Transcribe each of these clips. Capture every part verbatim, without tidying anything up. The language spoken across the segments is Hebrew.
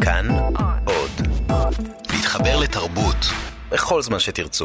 כאן עוד. להתחבר לתרבות בכל זמן שתרצו.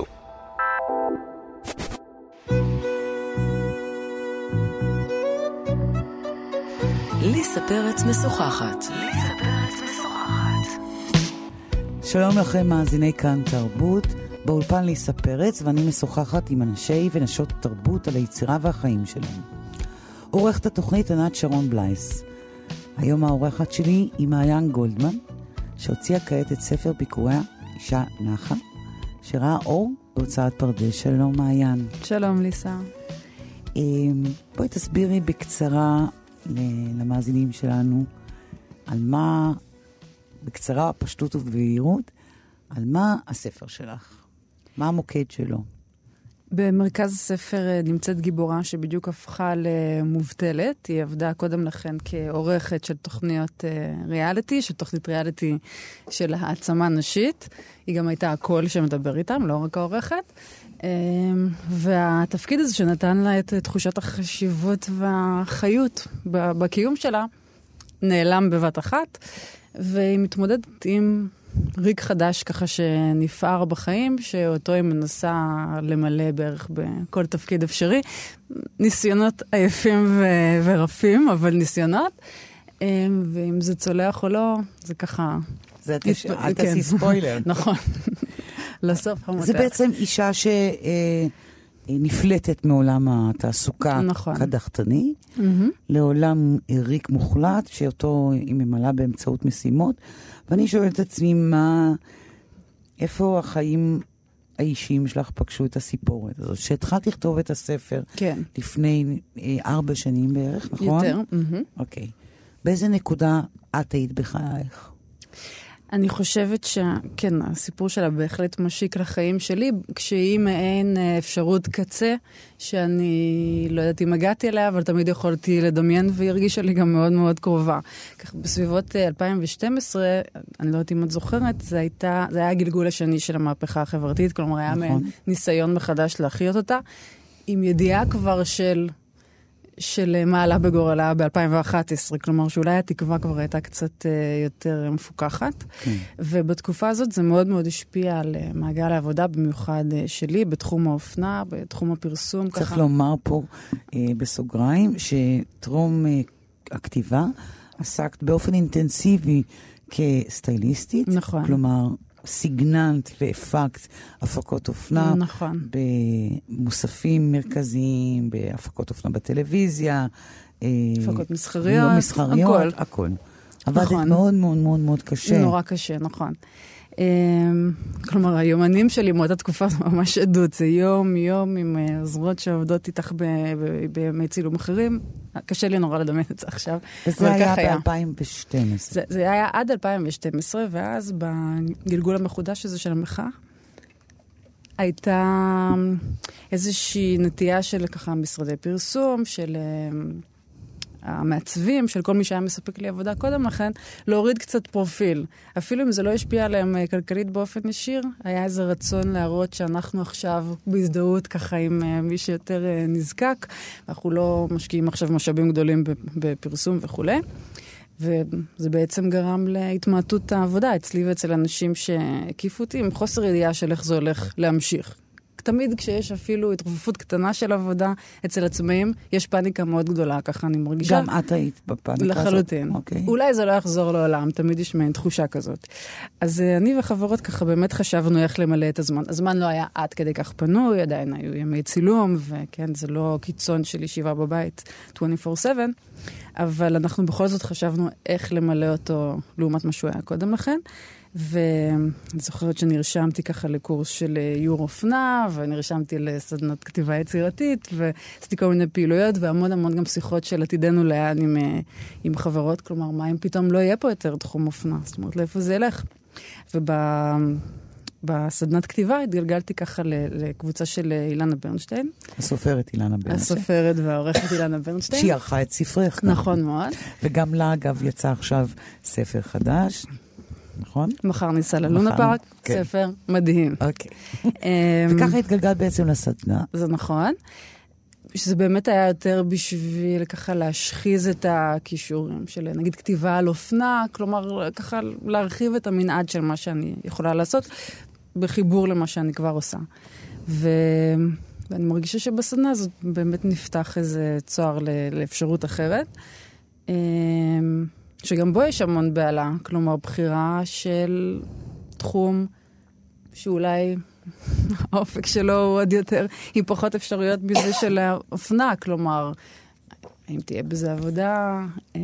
ליסה פרץ משוחחת. ליסה פרץ משוחחת. שלום לכם מאזיני כאן תרבות, באולפן ליסה פרץ, ואני משוחחת עם אנשי ונשות תרבות על היצירה והחיים שלהם. עורכת התוכנית ענת שרון בלייס. היום העורכת שלי היא מעיין גולדמן, שהוציאה כעת את ספר ביקוריה אישה נחה, שראה אור בהוצאת פרדס. שלום מעיין. שלום ליסה. בואי תסבירי בקצרה למאזינים שלנו על מה, בקצרה, פשטות ובהירות, על מה הספר שלך, מה המוקד שלו. במרכז הספר נמצאת גיבורה שבדיוק הפכה למובטלת. היא עבדה קודם לכן כעורכת של תוכניות ריאליטי, של תוכנית ריאליטי של העצמה נשית. היא גם הייתה הקול שמדבר איתם, לא רק העורכת. והתפקיד הזה שנתן לה את תחושת החשיבות והחיות בקיום שלה, נעלם בבת אחת, והיא מתמודדת עם ריק חדש ככה שנפער בחיים, שאותו היא מנסה למלא בערך בכל תפקיד אפשרי. ניסיונות עייפים ו- ורפים, אבל ניסיונות. ואם זה צולח או לא, זה ככה... זה אל תעשי ספוילר. נכון. לסוף המותח. זה בעצם אישה שנפלטת מעולם התעסוקה קדחתני, לעולם ריק מוחלט, שאותו היא ממלאה באמצעות משימות. ואני שואלת את עצמי, מה, איפה החיים האישיים שלך פגשו את הסיפורת הזאת? שהתחלת לכתוב את הספר כן. לפני אה, ארבע שנים בערך, נכון? יותר. אוקיי. באיזה נקודה את היית בחייך? אני חושבת שכן, הסיפור שלה בהחלט משיק לחיים שלי, כשהיא מעין אפשרות קצה, שאני לא יודעת אם הגעתי אליה, אבל תמיד יכולתי לדמיין, והיא הרגישה לי גם מאוד מאוד קרובה. כך בסביבות אלפיים ושתים עשרה, אני לא יודעת אם את זוכרת, זה, הייתה, זה היה הגלגול השני של המהפכה החברתית, כלומר היה נכון. מעין ניסיון מחדש להחיות אותה, עם ידיעה כבר של... של מעלה בגורלה ב-אלפיים ואחת עשרה, כלומר שאולי התקווה כבר הייתה קצת uh, יותר מפוקחת. כן. ובתקופה הזאת זה מאוד מאוד השפיע על uh, מעגל העבודה, במיוחד uh, שלי, בתחום האופנה, בתחום הפרסום. צריך ככה. לומר פה uh, בסוגריים, שטרום uh, הכתיבה עסקת באופן אינטנסיבי כסטייליסטית. נכון. כלומר... סיגננט והפקת הפקות אופנה. נכון. במוספים מרכזיים, בהפקות אופנה בטלוויזיה. הפקות מסחריות. לא מסחריות, הכל. הכל. עבדת מאוד מאוד מאוד מאוד קשה. נורא קשה, נכון. כלומר, היומנים שלי מאותה תקופה זה ממש עדות. זה יום, יום עם עוזרות שעובדות איתך בימי צילום אחרים. קשה לי נורא לדמיין את זה עכשיו. וזה היה ב-אלפיים ושתים עשרה. זה, זה היה עד אלפיים ושתים עשרה, ואז בגלגול המחודש הזה של המחאה, הייתה איזושהי נטייה של ככה משרדי פרסום, של... המעצבים, של כל מי שהיה מספק לי עבודה קודם לכן, להוריד קצת פרופיל. אפילו אם זה לא השפיע עליהם כלכלית באופן ישיר, היה איזה רצון להראות שאנחנו עכשיו בהזדהות ככה עם מי שיותר נזקק, אנחנו לא משקיעים עכשיו משאבים גדולים בפרסום וכו'. וזה בעצם גרם להתמעטות העבודה אצלי ואצל אנשים שהקיפו אותי עם חוסר ידיעה של איך זה הולך להמשיך. תמיד כשיש אפילו התרופפות קטנה של עבודה אצל עצמאים, יש פאניקה מאוד גדולה, ככה אני מרגישה. גם את היית בפאניקה הזאת? לחלוטין. אוקיי. אולי זה לא יחזור לעולם, תמיד יש מעין תחושה כזאת. אז אני וחברות ככה באמת חשבנו איך למלא את הזמן. הזמן לא היה עד כדי כך פנוי, עדיין היו ימי צילום, וכן, זה לא קיצון של ישיבה בבית עשרים וארבע שבע, אבל אנחנו בכל זאת חשבנו איך למלא אותו לעומת מה שהוא היה קודם לכן. ואני זוכרת שנרשמתי ככה לקורס של יור אופנה, ונרשמתי לסדנת כתיבה יצירתית, ועשיתי כל מיני פעילויות, והמון המון גם שיחות של עתידנו לאן עם, עם חברות, כלומר, מה אם פתאום לא יהיה פה יותר תחום אופנה? זאת אומרת, לאיפה זה ילך? ובסדנת כתיבה התגלגלתי ככה לקבוצה של אילנה ברנשטיין. הסופרת אילנה ברנשטיין. הסופרת והעורכת אילנה ברנשטיין. שהיא ערכה את ספרך. נכון מאוד. וגם לה, אגב, יצא עכשיו ספר חדש. נכון? מחר ניסה ללונה פארק, כן. ספר מדהים. אוקיי. וככה התגלגל בעצם לסדנה. זה נכון. שזה באמת היה יותר בשביל ככה להשחיז את הכישורים של, נגיד, כתיבה על אופנה, כלומר, ככה להרחיב את המנעד של מה שאני יכולה לעשות, בחיבור למה שאני כבר עושה. ו... ואני מרגישה שבסדנה הזאת באמת נפתח איזה צוהר לאפשרות אחרת, שגם בו יש המון בעלה, כלומר, בחירה של תחום שאולי האופק שלו הוא עוד יותר, עם פחות אפשרויות בזה של האופנה, כלומר, האם תהיה בזה עבודה,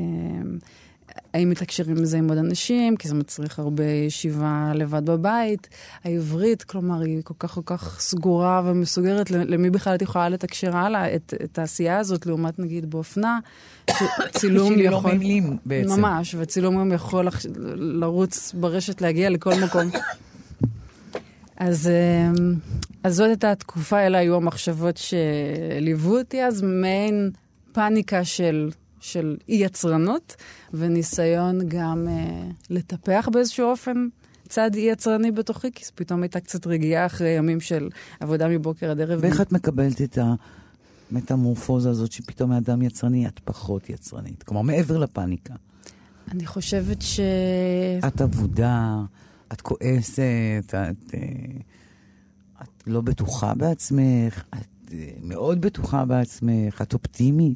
האם מתקשרים בזה עם עוד אנשים, כי זה מצריך הרבה ישיבה לבד בבית, העברית, כלומר, היא כל כך כל כך סגורה ומסוגרת, למי בכלל את יכולה לתקשר הלאה את, את העשייה הזאת, לעומת נגיד באופנה, שצילום יכול... לא מילים בעצם. ממש, וצילום גם יכול לרוץ ברשת להגיע לכל מקום. אז, אז זאת הייתה התקופה, אלה היו המחשבות שליוו אותי, אז מעין פאניקה של, של אי-יצרנות, וניסיון גם uh, לטפח באיזשהו אופן צד אי-יצרני בתוכי, כי פתאום הייתה קצת רגיעה אחרי ימים של עבודה מבוקר עד ערב. ואיך את מקבלת את המטמורפוזה הזאת שפתאום האדם יצרני, את פחות יצרנית? כלומר, מעבר לפאניקה. אני חושבת ש... את עבודה... את כועסת, את, את לא בטוחה בעצמך, את מאוד בטוחה בעצמך, את אופטימית.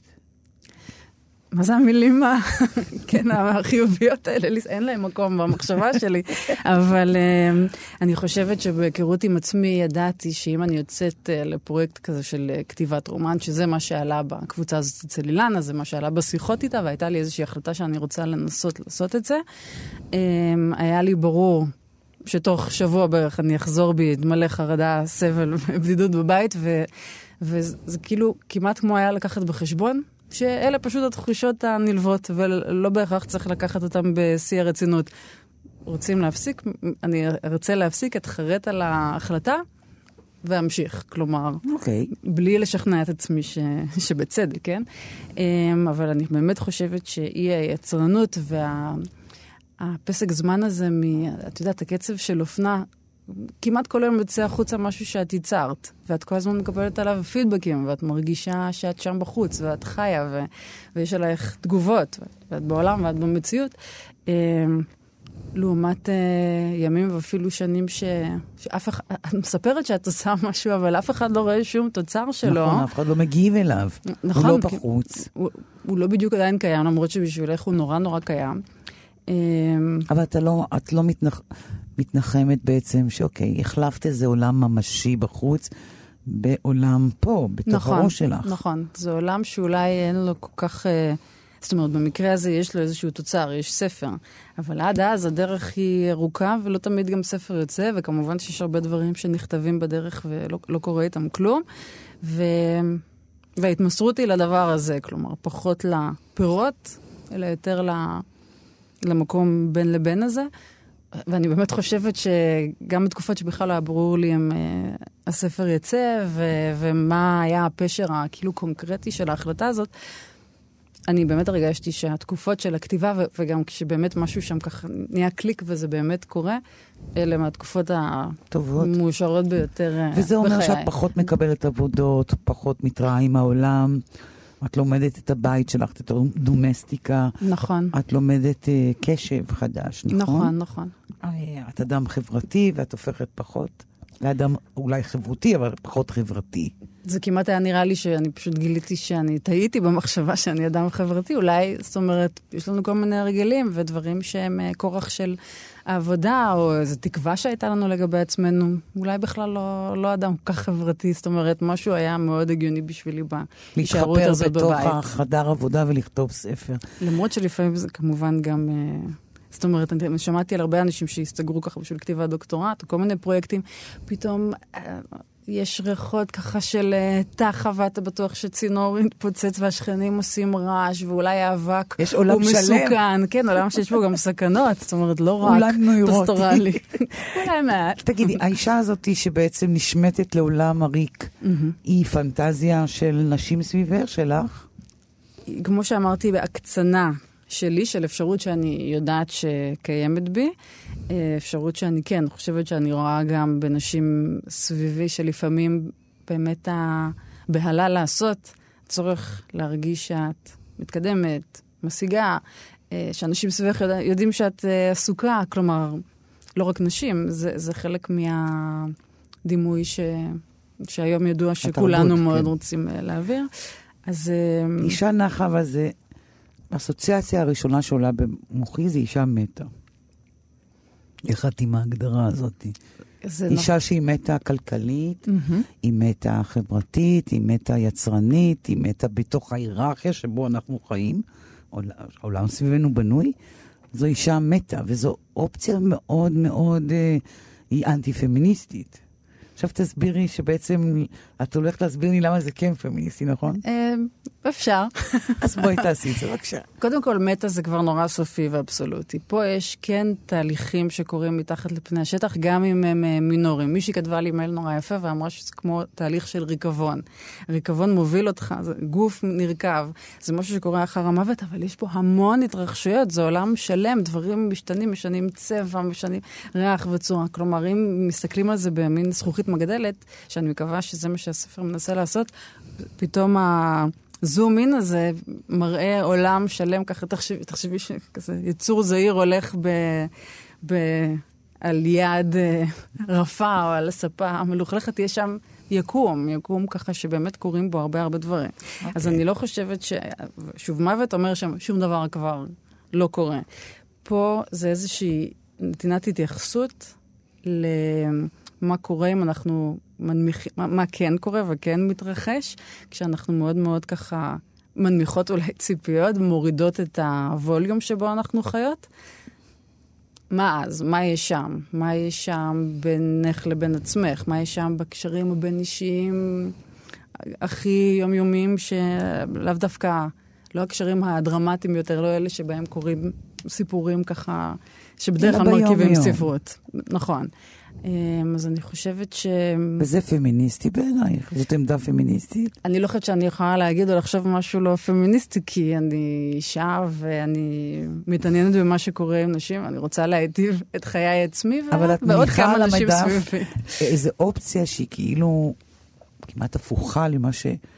מה זה המילים מה? כן, החיוביות האלה, אין להם מקום במחשבה שלי, אבל uh, אני חושבת שבהיכרות עם עצמי ידעתי שאם אני יוצאת uh, לפרויקט כזה של uh, כתיבת רומן, שזה מה שעלה בקבוצה הזאת אצל אילנה, זה מה שעלה בשיחות איתה, והייתה לי איזושהי החלטה שאני רוצה לנסות לעשות את זה. Um, היה לי ברור שתוך שבוע בערך אני אחזור בי מלא חרדה, סבל ובדידות בבית, ו, וזה כאילו כמעט כמו היה לקחת בחשבון, שאלה פשוט התחושות הנלוות, ולא בהכרח צריך לקחת אותם בשיא הרצינות. רוצים להפסיק, אני ארצה להפסיק, אתחרט על ההחלטה, ואמשיך, כלומר, okay. בלי לשכנע את עצמי ש, שבצדק, כן? אבל אני באמת חושבת שהיא היצרנות וה... הפסק זמן הזה, מ, את יודעת, הקצב של אופנה, כמעט כל היום יוצא החוצה משהו שאת ייצרת, ואת כל הזמן מקבלת עליו פידבקים, ואת מרגישה שאת שם בחוץ, ואת חיה, ו, ויש עלייך תגובות, ואת בעולם, ואת במציאות. אה, לעומת אה, ימים ואפילו שנים ש, שאף אחד, את מספרת שאת עושה משהו, אבל אף אחד לא רואה שום תוצר שלו. נכון, אף אחד לא מגיב אליו. נכון. הוא לא בחוץ. הוא, הוא לא בדיוק עדיין קיים, למרות שבשבילך הוא נורא נורא קיים. אבל אתה לא, את לא מתנח, מתנחמת בעצם שאוקיי, החלפת איזה עולם ממשי בחוץ, בעולם פה, בתוך נכון, הראש שלך. נכון, זה עולם שאולי אין לו כל כך, זאת אומרת, במקרה הזה יש לו איזשהו תוצר, יש ספר, אבל עד אז הדרך היא ארוכה, ולא תמיד גם ספר יוצא, וכמובן שיש הרבה דברים שנכתבים בדרך, ולא לא קורה איתם כלום, ו... וההתמסרות היא לדבר הזה, כלומר, פחות לפירות, אלא יותר ל... למקום בין לבין הזה, ואני באמת חושבת שגם בתקופות שבכלל היה ברור לי אם uh, הספר יצא, ו- ומה היה הפשר הכאילו קונקרטי של ההחלטה הזאת, אני באמת הרגשתי שהתקופות של הכתיבה, ו- וגם כשבאמת משהו שם ככה נהיה קליק וזה באמת קורה, אלה מהתקופות המאושרות ביותר בחיי. וזה אומר שאת פחות מקבלת עבודות, פחות מתראה עם העולם, את לומדת את הבית שלך, את הדומסטיקה. נכון. את לומדת uh, קשב חדש, נכון? נכון, נכון. את אדם חברתי, ואת הופכת פחות לאדם אולי חברותי, אבל פחות חברתי. זה כמעט היה נראה לי שאני פשוט גיליתי שאני טעיתי במחשבה שאני אדם חברתי. אולי, זאת אומרת, יש לנו כל מיני הרגלים ודברים שהם כורח של העבודה, או איזו תקווה שהייתה לנו לגבי עצמנו. אולי בכלל לא, לא אדם כל כך חברתי. זאת אומרת, משהו היה מאוד הגיוני בשבילי בהישארות הזאת בבית. להתחפר בתוך החדר עבודה ולכתוב ספר. למרות שלפעמים זה כמובן גם... זאת אומרת, אני שמעתי על הרבה אנשים שהסתגרו ככה בשביל כתיבת דוקטורט, או כל מיני פרויקטים, פתאום יש ריחות ככה של תחה, ואתה בטוח שצינור יתפוצץ והשכנים עושים רעש, ואולי האבק הוא מסוכן. כן, עולם שיש בו גם סכנות, זאת אומרת, לא רק פסטורלי. אולי מעט. תגידי, האישה הזאת שבעצם נשמטת לעולם הריק, היא פנטזיה של נשים סביבך, שלך? כמו שאמרתי, בהקצנה שלי, של אפשרות שאני יודעת שקיימת בי, אפשרות שאני כן, חושבת שאני רואה גם בנשים סביבי, שלפעמים באמת הבהלה לעשות, צורך להרגיש שאת מתקדמת, משיגה, שאנשים סביבך יודעים שאת עסוקה, כלומר, לא רק נשים, זה, זה חלק מהדימוי ש, שהיום ידוע שכולנו התרבות, מאוד כן. רוצים להעביר. אז... אישה נחה, אבל זה... האסוציאציה הראשונה שעולה במוחי זה אישה מתה. איך את עם ההגדרה הזאת? אישה נח... שהיא מתה כלכלית, mm-hmm. היא מתה חברתית, היא מתה יצרנית, היא מתה בתוך ההיררכיה שבו אנחנו חיים, העולם סביבנו בנוי, זו אישה מתה, וזו אופציה מאוד מאוד, אה, היא אנטי-פמיניסטית. עכשיו תסבירי שבעצם, את הולכת להסביר לי למה זה כן פמיניסטי, נכון? אפשר. אז בואי תעשי את זה, בבקשה. קודם כל, מטה זה כבר נורא סופי ואבסולוטי. פה יש כן תהליכים שקורים מתחת לפני השטח, גם אם הם מינורים. מישהי כתבה לי מייל נורא יפה, ואמרה שזה כמו תהליך של ריקבון. ריקבון מוביל אותך, זה גוף נרכב. זה משהו שקורה אחר המוות, אבל יש פה המון התרחשויות, זה עולם שלם, דברים משתנים, משנים צבע, משנים ריח וצורה. כלומר, אם מסתכלים על זה במין זכוכית מגדלת, שאני מקווה שזה מה שהספר מנסה לעשות, פתאום הזום אין הזה מראה עולם שלם, ככה תחשבי, תחשבי שכזה יצור זעיר הולך ב, ב, על יד רפה או על הספה המלוכלכת, יש שם יקום, יקום ככה שבאמת קוראים בו הרבה הרבה דברים. Okay. אז אני לא חושבת ש... שוב מוות אומר ששום דבר כבר לא קורה. פה זה איזושהי נתינת התייחסות ל... מה קורה אם אנחנו מנמיכים, מה, מה כן קורה וכן מתרחש, כשאנחנו מאוד מאוד ככה מנמיכות אולי ציפיות, מורידות את הווליום שבו אנחנו חיות. מה אז? מה יש שם? מה יש שם בינך לבין עצמך? מה יש שם בקשרים הבין אישיים הכי יומיומיים שלאו דווקא, לא הקשרים הדרמטיים יותר, לא אלה שבהם קוראים סיפורים ככה, שבדרך כלל מרכיבים ספרות. נכון. אז אני חושבת ש... וזה פמיניסטי בעינייך? זאת עמדה פמיניסטית? אני לא חושבת שאני יכולה להגיד או לחשוב משהו לא פמיניסטי, כי אני אישה ואני מתעניינת במה שקורה עם נשים, אני רוצה להיטיב את חיי עצמי ועוד כמה נשים סביבי. איזו אופציה שהיא כאילו כמעט הפוכה למה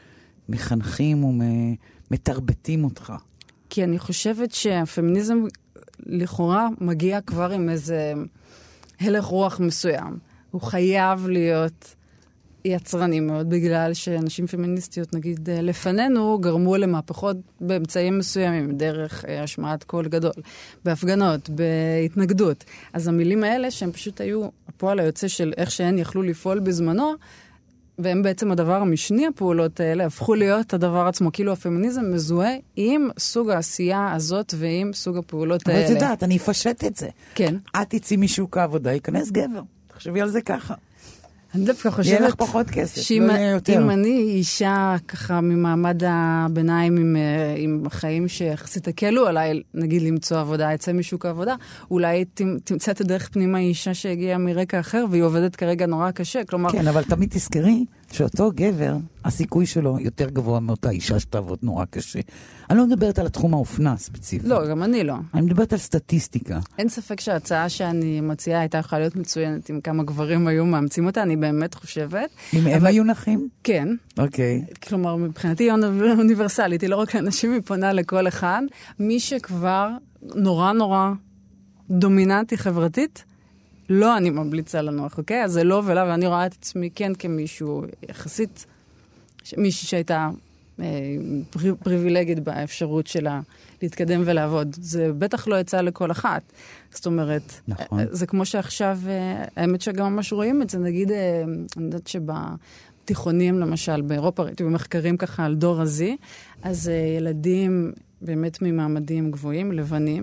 שמחנכים ומתרבטים אותך. כי אני חושבת שהפמיניזם לכאורה מגיע כבר עם איזה... הלך רוח מסוים. הוא חייב להיות יצרני מאוד, בגלל שאנשים פמיניסטיות, נגיד, לפנינו, גרמו למהפכות באמצעים מסוימים, דרך השמעת קול גדול, בהפגנות, בהתנגדות. אז המילים האלה, שהם פשוט היו הפועל היוצא של איך שהן יכלו לפעול בזמנו, והם בעצם הדבר המשני, הפעולות האלה, הפכו להיות הדבר עצמו. כאילו הפמיניזם מזוהה עם סוג העשייה הזאת ועם סוג הפעולות האלה. אבל את יודעת, אני אפשט את זה. כן. את תצאי משוק העבודה, ייכנס גבר. תחשבי על זה ככה. אני דווקא חושבת... יהיה לך פחות כסף, לא יהיה יותר. אם אני אישה ככה ממעמד הביניים עם, עם חיים שיחסית הקלו עליי, נגיד למצוא עבודה, יצא משוק העבודה, אולי תמצא את הדרך פנימה אישה שהגיעה מרקע אחר, והיא עובדת כרגע נורא קשה. כלומר... כן, אבל תמיד תזכרי שאותו גבר, הסיכוי שלו יותר גבוה מאותה אישה שתעבוד נורא קשה. אני לא מדברת על התחום האופנה ספציפית. לא, גם אני לא. אני מדברת על סטטיסטיקה. אין ספק שההצעה שאני מציעה הייתה יכולה להיות מצוינת אם כמה גברים היו מאמצים אותה, אני באמת חושבת. אם הם היו נחים? כן. אוקיי. כלומר, מבחינתי היא אוניברסלית, היא לא רק לאנשים, היא פונה לכל אחד. מי שכבר נורא נורא דומיננטי חברתית, לא אני ממליצה לנוח, אוקיי? אז זה לא ולא, ואני רואה את עצמי כן כמישהו יחסית, מישהי שהייתה אה, פר, פריבילגית באפשרות שלה להתקדם ולעבוד. זה בטח לא יצא לכל אחת. זאת אומרת, נכון. זה כמו שעכשיו, אה, האמת שגם ממש רואים את זה, נגיד, אה, אני יודעת שבתיכונים למשל, באירופה, ראיתי במחקרים ככה על דור הזי, אז אה, ילדים באמת ממעמדים גבוהים, לבנים,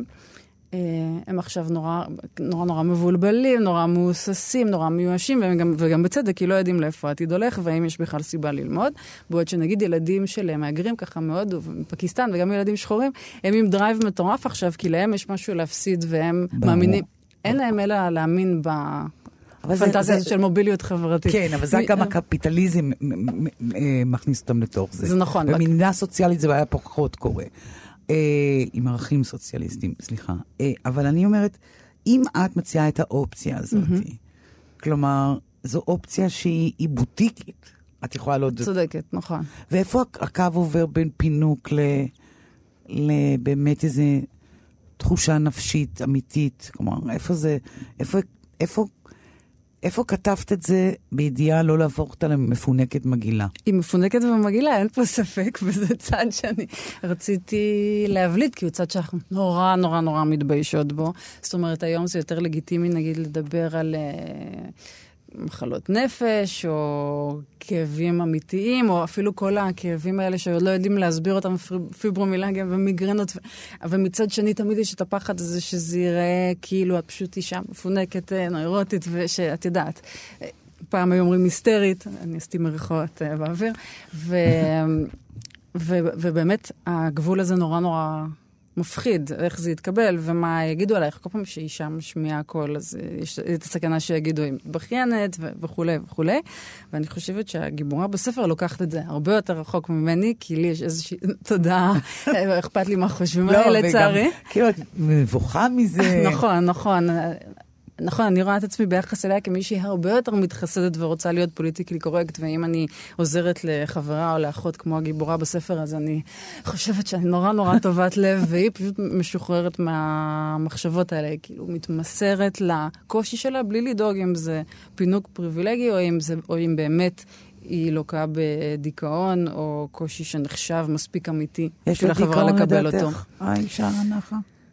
הם עכשיו נורא, נורא נורא מבולבלים, נורא מאוססים, נורא מיואשים, וגם, וגם בצדק, כי לא יודעים לאיפה העתיד הולך, והאם יש בכלל סיבה ללמוד. בעוד שנגיד ילדים של מהגרים ככה מאוד, מפקיסטן, וגם ילדים שחורים, הם עם דרייב מטורף עכשיו, כי להם יש משהו להפסיד, והם ברור. מאמינים, אין להם אלא להאמין בפנטזיה הזאת של מוביליות חברתית. כן, אבל זה גם הקפיטליזם מכניס אותם לתוך זה. זה נכון. במדינה סוציאלית זה היה פחות קורה. עם ערכים סוציאליסטיים, סליחה. אבל אני אומרת, אם את מציעה את האופציה הזאת, כלומר, זו אופציה שהיא בוטיקית, את יכולה לא... צודקת, נכון. ואיפה הקו עובר בין פינוק ל... לבאמת איזו תחושה נפשית אמיתית? כלומר, איפה זה... איפה... איפה... איפה כתבת את זה בידיעה לא להפוך אותה למפונקת מגילה? היא מפונקת ומגילה, אין פה ספק, וזה צד שאני רציתי להבליט, כי הוא צד שאנחנו נורא נורא נורא מתביישות בו. זאת אומרת, היום זה יותר לגיטימי, נגיד, לדבר על uh, מחלות נפש, או כאבים אמיתיים, או אפילו כל הכאבים האלה שעוד לא יודעים להסביר אותם, פיברומילגיה ומיגרנות, ומצד שני תמיד יש את הפחד הזה שזה יראה כאילו את פשוט אישה מפונקת, נוירוטית, ושאת יודעת, פעם היו אומרים היסטרית, אני עשיתי מריחות באוויר, ו, ו, ובאמת הגבול הזה נורא נורא מפחיד, איך זה יתקבל, ומה יגידו עלייך. כל פעם שאישה משמיעה הכל, אז יש את הסכנה שיגידו עם בכיינת וכו' וכו'. ואני חושבת שהגיבורה בספר לוקחת את זה הרבה יותר רחוק ממני, כי לי יש איזושהי תודעה, אכפת לי מה חושבים עליי, לצערי. כאילו, את מבוכה מזה. נכון, נכון. נכון, אני רואה את עצמי ביחס אליה כמישהי הרבה יותר מתחסדת ורוצה להיות פוליטיקלי קורקט, ואם אני עוזרת לחברה או לאחות כמו הגיבורה בספר, אז אני חושבת שאני נורא נורא טובת לב, והיא פשוט משוחררת מהמחשבות האלה, כאילו מתמסרת לקושי שלה, בלי לדאוג אם זה פינוק פריבילגי, או אם, זה, או אם באמת היא לוקה בדיכאון, או קושי שנחשב מספיק אמיתי של החברה לקבל אותו. האישה הנחה?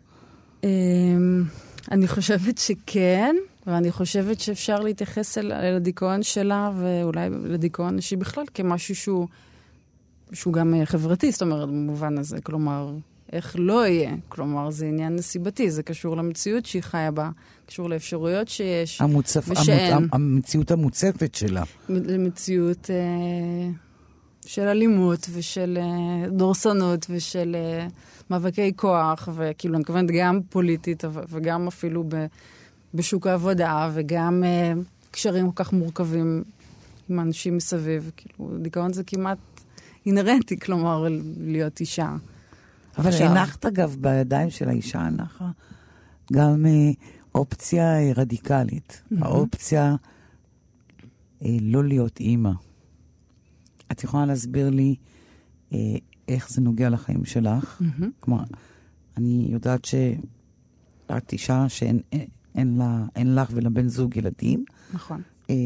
אני חושבת שכן, ואני חושבת שאפשר להתייחס אל, אל הדיכאון שלה, ואולי לדיכאון נשי בכלל, כמשהו שהוא, שהוא גם חברתי, זאת אומרת, במובן הזה. כלומר, איך לא יהיה? כלומר, זה עניין נסיבתי, זה קשור למציאות שהיא חיה בה, קשור לאפשרויות שיש, המוצפ... ושאין. המוצ... המציאות המוצפת שלה. למציאות אה, של אלימות, ושל אה, דורסנות, ושל... אה, מאבקי כוח, וכאילו, אני מתכוונת גם פוליטית, וגם אפילו ב, בשוק העבודה, וגם uh, קשרים כל כך מורכבים עם אנשים מסביב. כאילו, דיכאון זה כמעט אינרנטי, כלומר, להיות אישה. אבל הנחת, אגב, בידיים של האישה הנחה, גם uh, אופציה uh, רדיקלית. Mm-hmm. האופציה uh, לא להיות אימא. את יכולה להסביר לי... Uh, איך זה נוגע לחיים שלך. Mm-hmm. כלומר, אני יודעת שאת אישה שאין אין, אין לה, אין לך ולבן זוג ילדים. נכון. אה,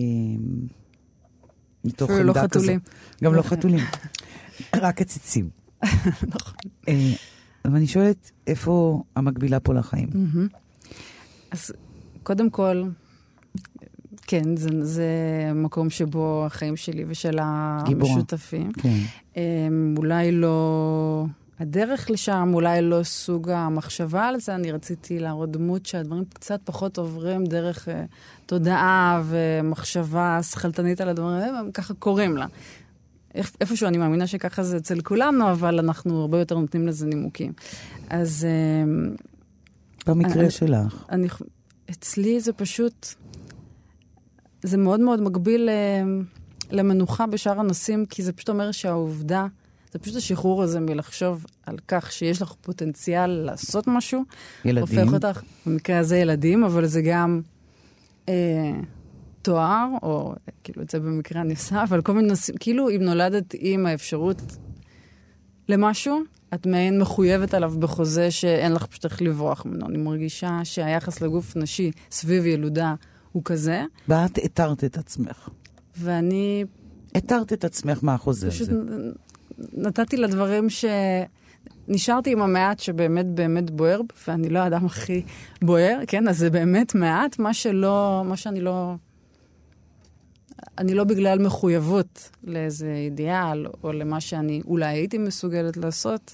מתוך לא חתולים. גם לא חתולים. רק הציצים. נכון. אה, ואני שואלת, איפה המקבילה פה לחיים? Mm-hmm. אז קודם כל, כן, זה, זה מקום שבו החיים שלי ושל המשותפים. כן. אולי לא הדרך לשם, אולי לא סוג המחשבה על זה. אני רציתי להראות דמות שהדברים קצת פחות עוברים דרך אה, תודעה ומחשבה שכלתנית על הדברים האלה, הם ככה קוראים לה. איפשהו אני מאמינה שככה זה אצל כולנו, אבל אנחנו הרבה יותר נותנים לזה נימוקים. אז... אה, במקרה אני, שלך. אני, אצלי זה פשוט... זה מאוד מאוד מגביל למנוחה בשאר הנושאים, כי זה פשוט אומר שהעובדה, זה פשוט השחרור הזה מלחשוב על כך שיש לך פוטנציאל לעשות משהו. ילדים. הופך אותך, במקרה הזה ילדים, אבל זה גם אה, תואר, או כאילו את זה במקרה אני עושה, אבל כל מיני נושאים, כאילו אם נולדת עם האפשרות למשהו, את מעין מחויבת עליו בחוזה שאין לך פשוט איך לברוח ממנו. אני מרגישה שהיחס לגוף נשי סביב ילודה, הוא כזה. ואת התרת את עצמך. ואני... התרת את עצמך מהחוזה פשוט הזה. נתתי לדברים שנשארתי עם המעט שבאמת באמת בוער, ואני לא האדם הכי בוער, כן? אז זה באמת מעט, מה שלא... מה שאני לא... אני לא בגלל מחויבות לאיזה אידיאל, או למה שאני אולי הייתי מסוגלת לעשות,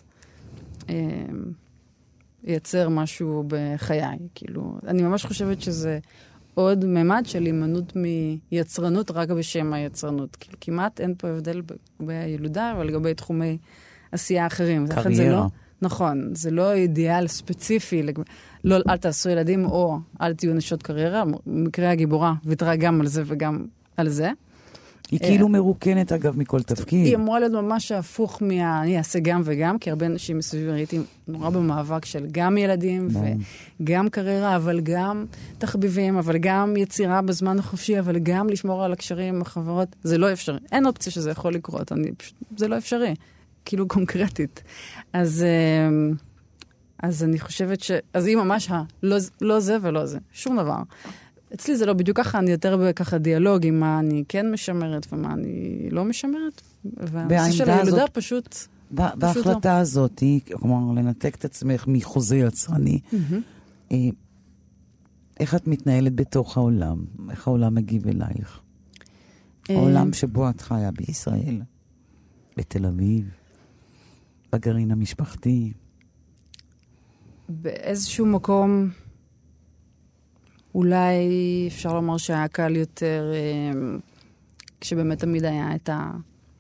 ייצר משהו בחיי. כאילו, אני ממש חושבת שזה... עוד ממד של אימנות מיצרנות רק בשם היצרנות. כאילו, כמעט אין פה הבדל בילודה, אבל לגבי תחומי עשייה אחרים. קריירה. זה לא, נכון, זה לא אידיאל ספציפי. לג... לא, אל תעשו ילדים או אל תהיו נשות קריירה. במקרה הגיבורה ויתרה גם על זה וגם על זה. היא כאילו מרוקנת, אגב, מכל תפקיד. היא אמורה להיות ממש הפוך מה... אני אעשה גם וגם, כי הרבה אנשים מסביב ראיתי נורא במאבק של גם ילדים וגם קריירה, אבל גם תחביבים, אבל גם יצירה בזמן החופשי, אבל גם לשמור על הקשרים עם החברות. זה לא אפשרי. אין אופציה שזה יכול לקרות. אני... זה לא אפשרי. כאילו קונקרטית. אז... אז אני חושבת ש... אז היא ממש ה... לא, לא זה ולא זה. שום דבר. אצלי זה לא בדיוק ככה, אני יותר בככה דיאלוג עם מה אני כן משמרת ומה אני לא משמרת. והנושא של הילודה פשוט... בהחלטה הזאת, כלומר, לנתק את עצמך מחוזה יצרני, איך את מתנהלת בתוך העולם? איך העולם מגיב אלייך? העולם שבו את חיה בישראל, בתל אביב, בגרעין המשפחתי. באיזשהו מקום... אולי אפשר לומר שהיה קל יותר, כשבאמת תמיד היה את, ה...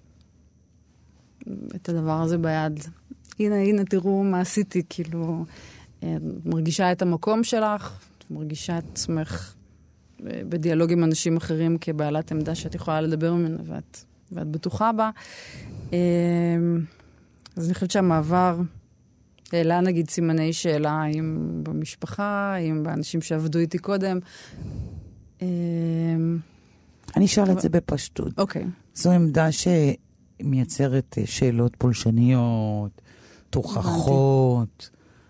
את הדבר הזה ביד. הנה, הנה, תראו מה עשיתי, כאילו, מרגישה את המקום שלך, מרגישה את עצמך בדיאלוג עם אנשים אחרים כבעלת עמדה שאת יכולה לדבר ממנה ואת, ואת בטוחה בה. אז אני חושבת שהמעבר... העלה נגיד סימני שאלה, האם במשפחה, האם באנשים שעבדו איתי קודם. אני אשאל את זה בפשטות. אוקיי. זו עמדה שמייצרת שאלות פולשניות, תוכחות,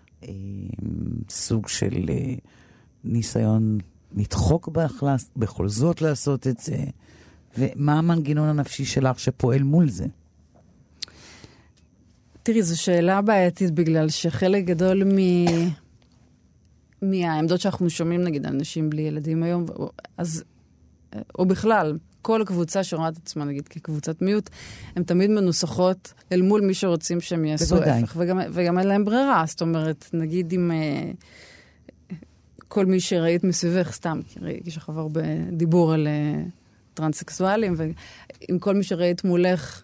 סוג של ניסיון לדחוק בכל זאת לעשות את זה. ומה המנגנון הנפשי שלך שפועל מול זה? תראי, זו שאלה בעייתית בגלל שחלק גדול מ... מהעמדות שאנחנו שומעים, נגיד, אנשים בלי ילדים היום, אז, או בכלל, כל קבוצה שרואה את עצמה, נגיד, כקבוצת מיעוט, הן תמיד מנוסחות אל מול מי שרוצים שהם יעשו הפך, וגם, וגם אין להם ברירה. זאת אומרת, נגיד אם כל מי שראית מסביבך, סתם, כי יש לך הרבה דיבור על טרנסקסואלים, ועם כל מי שראית מולך,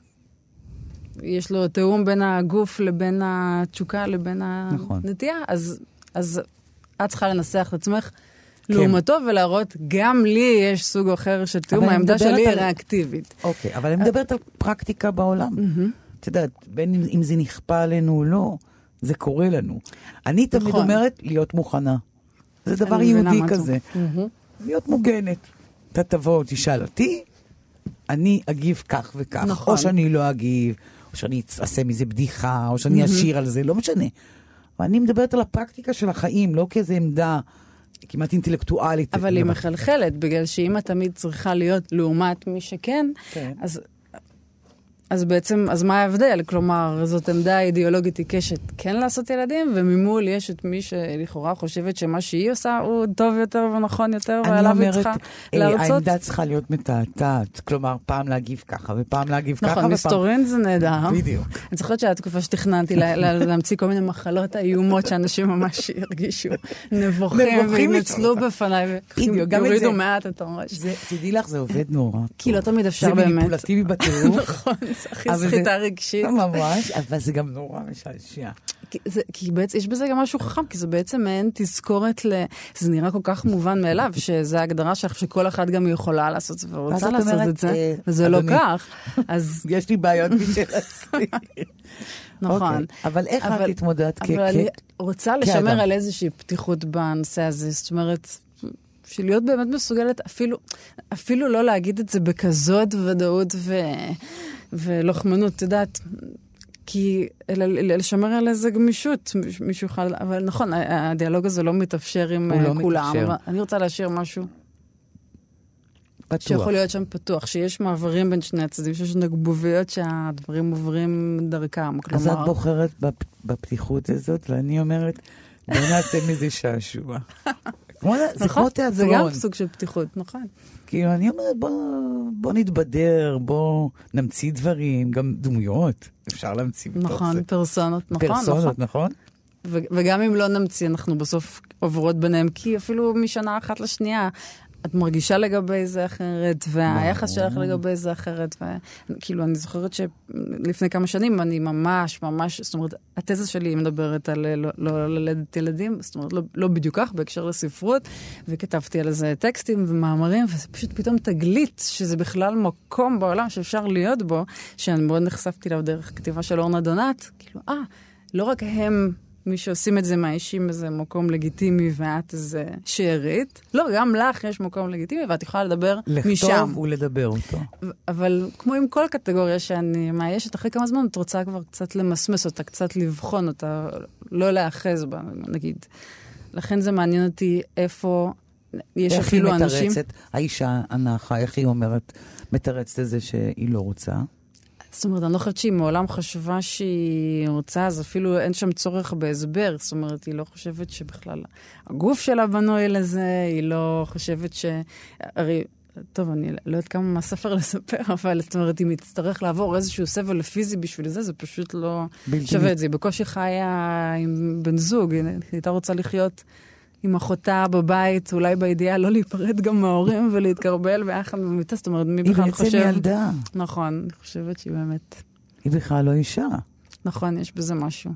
יש לו תאום בין הגוף לבין התשוקה לבין נכון. הנטייה, אז, אז את צריכה לנסח את עצמך כן. לעומתו ולהראות, גם לי יש סוג אחר של תאום, העמדה שלי היא ריאקטיבית. אוקיי, אבל אני מדברת על פרקטיקה בעולם. את יודעת, בין אם זה נכפה עלינו או לא, זה קורה לנו. אני תמיד אומרת להיות מוכנה. זה דבר יהודי כזה. להיות מוגנת. אתה תבוא, תשאל אותי, אני אגיב כך וכך. נכון. או שאני לא אגיב, או שאני אעשה מזה בדיחה, או שאני אשיר על זה, לא משנה. אבל אני מדברת על הפרקטיקה של החיים, לא כאיזו עמדה כמעט אינטלקטואלית. אבל היא מחלחלת, בגלל שאם את תמיד צריכה להיות לעומת מי שכן, כן. אז... אז בעצם, אז מה ההבדל? כלומר, זאת עמדה אידיאולוגית עיקשת כן לעשות ילדים, וממול יש את מי שלכאורה חושבת שמה שהיא עושה הוא טוב יותר ונכון יותר, ועליו היא צריכה להרצות. העמדה צריכה להיות מתעתעת, כלומר, פעם להגיב ככה, ופעם להגיב ככה. נכון, מסתורין זה נהדר. בדיוק. אני זוכרת שהתקופה שתכננתי להמציא כל מיני מחלות איומות, שאנשים ממש ירגישו נבוכים, וינצלו בפניי, ויורידו מעט את הראש. תדעי לך, זה עובד נורא. כי לא תמיד אפשר באמת. זה מניפולטיבי בטירוף. נכון. הכי סחיטה רגשית. ממש, אבל זה גם נורא משעשע. כי בעצם, יש בזה גם משהו חכם, כי זה בעצם אין תזכורת ל... זה נראה כל כך מובן מאליו, שזה ההגדרה שלך, שכל אחד גם יכולה לעשות זה, ורוצה לעשות את זה, וזה לא כך. אז... יש לי בעיות משל עצמי. נכון. אבל איך את התמודדת כ... אבל אני רוצה לשמר על איזושהי פתיחות בנושא הזה, זאת אומרת... של להיות באמת מסוגלת, אפילו, אפילו לא להגיד את זה בכזאת ודאות ו... ולוחמנות, את יודעת, כי לשמר על איזה גמישות, מישהו יכול, אבל נכון, הדיאלוג הזה לא מתאפשר עם לא כולם. מתאפשר. אני רוצה להשאיר משהו פתוח. שיכול להיות שם פתוח, שיש מעברים בין שני הצדדים, שיש נגבוביות שהדברים עוברים דרכם. אז את בוחרת בפתיחות הזאת, ואני אומרת, בוא נעשה מזה שעשוע. זה כמו תיאטרון. זה גם סוג של פתיחות, נכון. כאילו, אני אומרת, בוא נתבדר, בוא נמציא דברים, גם דמויות, אפשר להמציא בתוך זה. נכון, פרסונות, נכון. פרסונות, נכון. וגם אם לא נמציא, אנחנו בסוף עוברות ביניהם, כי אפילו משנה אחת לשנייה, את מרגישה לגבי זה אחרת, והיחס שלך לגבי זה אחרת, וכאילו, אני זוכרת שלפני כמה שנים אני ממש, ממש, זאת אומרת, התזה שלי מדברת על לא ללדת ילדים, זאת אומרת, לא בדיוק כך, בהקשר לספרות, וכתבתי על זה טקסטים ומאמרים, וזה פשוט פתאום תגלית, שזה בכלל מקום בעולם שאפשר להיות בו, שאני מאוד נחשפתי לו דרך כתיבה של אורנה דונת, כאילו, אה, לא רק הם... מי שעושים את זה מהאישים איזה מקום לגיטימי ואת איזה שארית. לא, גם לך יש מקום לגיטימי ואת יכולה לדבר משם. לכתוב ולדבר אותו. אבל כמו עם כל קטגוריה שאני מאיישת, אחרי כמה זמן את רוצה כבר קצת למסמס אותה, קצת לבחון אותה, לא לאחז בה, נגיד. לכן זה מעניין אותי איפה יש אפילו אנשים... איך היא מתרצת, האישה הנחה, איך היא אומרת, מתרצת את זה שהיא לא רוצה? זאת אומרת, אני לא חושבת שהיא מעולם חשבה שהיא רוצה, אז אפילו אין שם צורך בהסבר. זאת אומרת, היא לא חושבת שבכלל הגוף שלה בנוי לזה, היא לא חושבת ש... הרי, טוב, אני לא יודעת כמה מהספר לספר, אבל זאת אומרת, אם היא תצטרך לעבור איזשהו סבל פיזי בשביל זה, זה פשוט לא שווה את זה. היא בקושי חיה עם בן זוג, היא הייתה רוצה לחיות... עם אחותה בבית, אולי בידיעה לא להיפרד גם מההורים ולהתקרבל ביחד במיטה. זאת אומרת, מי בכלל חושב... היא בעצם ילדה. נכון, אני חושבת שהיא באמת... היא בכלל לא אישה. נכון, יש בזה משהו.